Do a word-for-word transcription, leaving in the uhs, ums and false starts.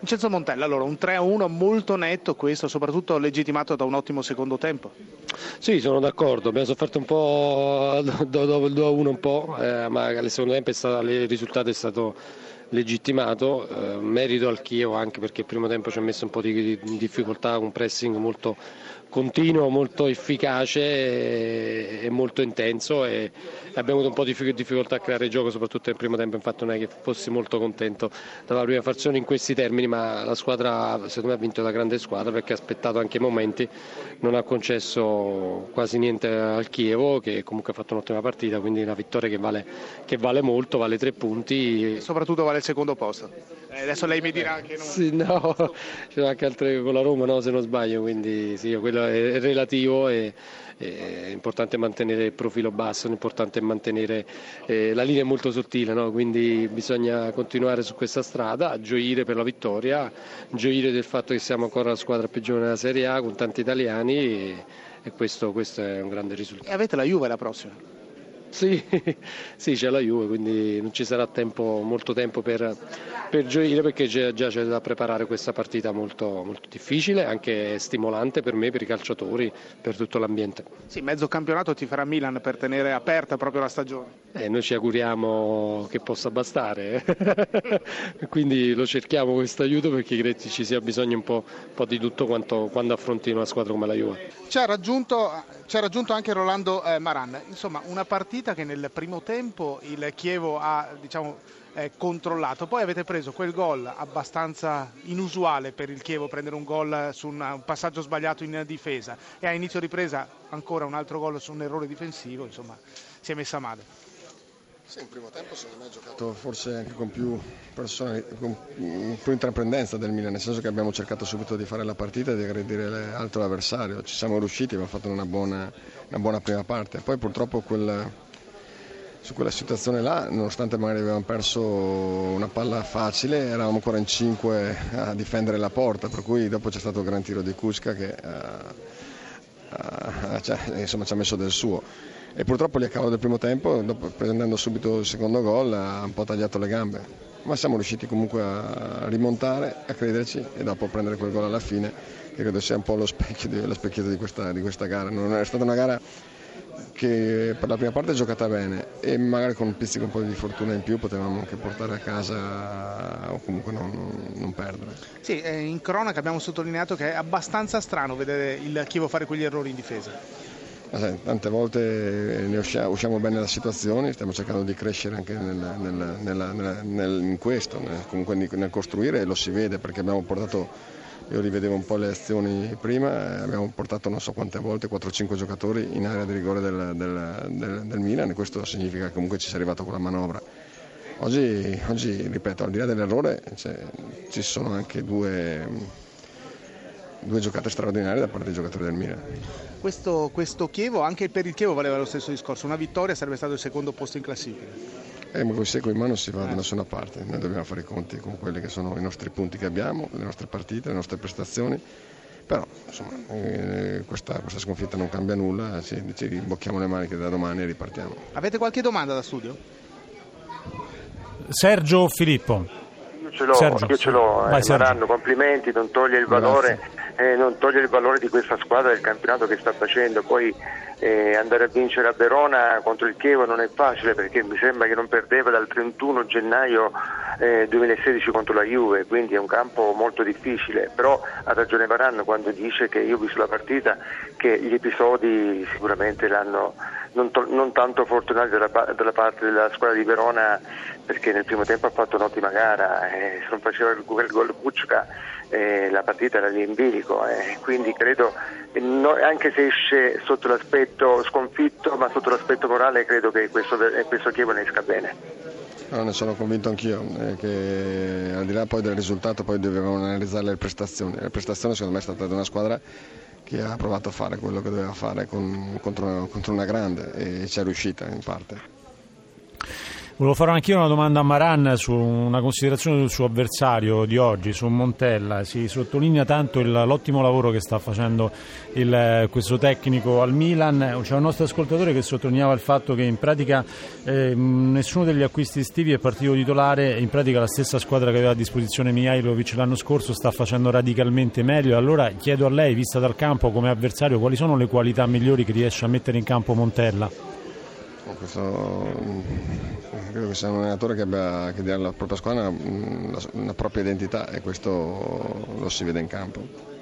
Vincenzo Montella, allora un tre a uno molto netto questo, soprattutto legittimato da un ottimo secondo tempo. Sì, sono d'accordo, abbiamo sofferto un po' dopo il due a uno un po', eh, ma il secondo tempo è stato, il risultato è stato legittimato, eh, merito al Chievo anche perché il primo tempo ci ha messo un po' di, di difficoltà, un pressing molto continuo, molto efficace e, e molto intenso e abbiamo avuto un po' di difficoltà a creare gioco soprattutto nel primo tempo, infatti non è che fossi molto contento dalla prima frazione in questi termini, ma la squadra secondo me ha vinto da grande squadra perché ha aspettato anche i momenti, non ha concesso quasi niente al Chievo che comunque ha fatto un'ottima partita, quindi una vittoria che vale, che vale molto, vale tre punti e soprattutto vale il secondo posto. Eh, adesso lei mi dirà che non... Sì, no, ci sono anche altre con la Roma, no, se non sbaglio, quindi sì, quello è relativo e è importante mantenere il profilo basso, l'importante è mantenere eh, la linea è molto sottile, no? Quindi bisogna continuare su questa strada, gioire per la vittoria, gioire del fatto che siamo ancora la squadra più giovane della Serie A con tanti italiani e, e questo, questo è un grande risultato. E avete la Juve la prossima? Sì, sì, c'è la Juve, quindi non ci sarà tempo, molto tempo per, per gioire perché già c'è da preparare questa partita molto, molto difficile, anche stimolante per me, per i calciatori, per tutto l'ambiente. Sì, mezzo campionato ti farà Milan per tenere aperta proprio la stagione. Eh, noi ci auguriamo che possa bastare, quindi lo cerchiamo questo aiuto perché credo ci sia bisogno un po', un po' di tutto quanto, quando affronti una squadra come la Juve. Ci ha raggiunto, ci ha raggiunto anche Rolando eh, Maran, insomma una partita che nel primo tempo il Chievo ha diciamo, eh, controllato, poi avete preso quel gol abbastanza inusuale per il Chievo, prendere un gol su una, un passaggio sbagliato in difesa e a inizio ripresa ancora un altro gol su un errore difensivo, insomma si è messa male. Sì, in primo tempo secondo me ha giocato forse anche con più persone, con più intraprendenza del Milan, nel senso che abbiamo cercato subito di fare la partita e di aggredire altro l'avversario, ci siamo riusciti, abbiamo fatto una buona, una buona prima parte, poi purtroppo quel, su quella situazione là, nonostante magari avevamo perso una palla facile, eravamo ancora in cinque a difendere la porta, per cui dopo c'è stato il gran tiro di Kučka che uh, uh, cioè, insomma, ci ha messo del suo. E purtroppo lì a cavallo del primo tempo, dopo, prendendo subito il secondo gol, ha un po' tagliato le gambe, ma siamo riusciti comunque a rimontare, a crederci e dopo prendere quel gol alla fine, che credo sia un po' lo specchio di, lo specchietto di questa, di questa gara. Non è stata una gara che per la prima parte è giocata bene e magari con un pizzico un po' di fortuna in più potevamo anche portare a casa o comunque non, non perdere. Sì, in cronaca abbiamo sottolineato che è abbastanza strano vedere il Chievo fare quegli errori in difesa. Tante volte ne usciamo, usciamo bene da situazioni, stiamo cercando di crescere anche nel, nel, nel, nel, in questo, nel, comunque nel costruire e lo si vede perché abbiamo portato, io rivedevo un po' le azioni prima, abbiamo portato non so quante volte quattro cinque giocatori in area di rigore del, del, del, del Milan e questo significa che comunque ci si è arrivato con la manovra. Oggi, oggi ripeto, al di là dell'errore cioè, ci sono anche due... due giocate straordinarie da parte dei giocatori del Milan. Questo, questo Chievo, anche per il Chievo valeva lo stesso discorso, una vittoria sarebbe stato il secondo posto in classifica. Eh, ma con i secoli in mano si va da nessuna parte, noi dobbiamo fare i conti con quelli che sono i nostri punti che abbiamo, le nostre partite, le nostre prestazioni, però insomma eh, questa, questa sconfitta non cambia nulla, ci, ci rimbocchiamo le maniche da domani e ripartiamo. Avete qualche domanda da studio? Sergio Filippo. Io ce l'ho, Sergio, io ce l'ho, vai, eh, Maranno, complimenti, non toglie il valore, eh, non toglie il valore di questa squadra del campionato che sta facendo, poi eh, andare a vincere a Verona contro il Chievo non è facile perché mi sembra che non perdeva dal trentuno gennaio eh, duemilasedici contro la Juve, quindi è un campo molto difficile, però ha ragione Maranno quando dice che io ho visto la partita, che gli episodi sicuramente l'hanno non, to- non tanto fortunati dalla, dalla parte della squadra di Verona perché nel primo tempo ha fatto un'ottima gara, eh, se non faceva il, il gol Kučka eh, la partita era lì in bilico, eh, quindi credo eh, no, anche se esce sotto l'aspetto sconfitto ma sotto l'aspetto morale credo che questo, questo Chievo ne esca bene. No, ne sono convinto anch'io, eh, che al di là poi del risultato poi dovevamo analizzare le prestazioni, le prestazioni secondo me è stata di una squadra che ha provato a fare quello che doveva fare con, contro, contro una grande e ci è riuscita in parte. Volevo fare anch'io una domanda a Maran su una considerazione sul suo avversario di oggi, su Montella. Si sottolinea tanto il, l'ottimo lavoro che sta facendo il, questo tecnico al Milan. C'è un nostro ascoltatore che sottolineava il fatto che in pratica eh, nessuno degli acquisti estivi è partito titolare, in pratica la stessa squadra che aveva a disposizione Mihajlovic l'anno scorso sta facendo radicalmente meglio. Allora chiedo a lei, vista dal campo come avversario, quali sono le qualità migliori che riesce a mettere in campo Montella? Questo, credo che sia un allenatore che abbia che dia alla propria squadra una, una propria identità, e questo lo si vede in campo.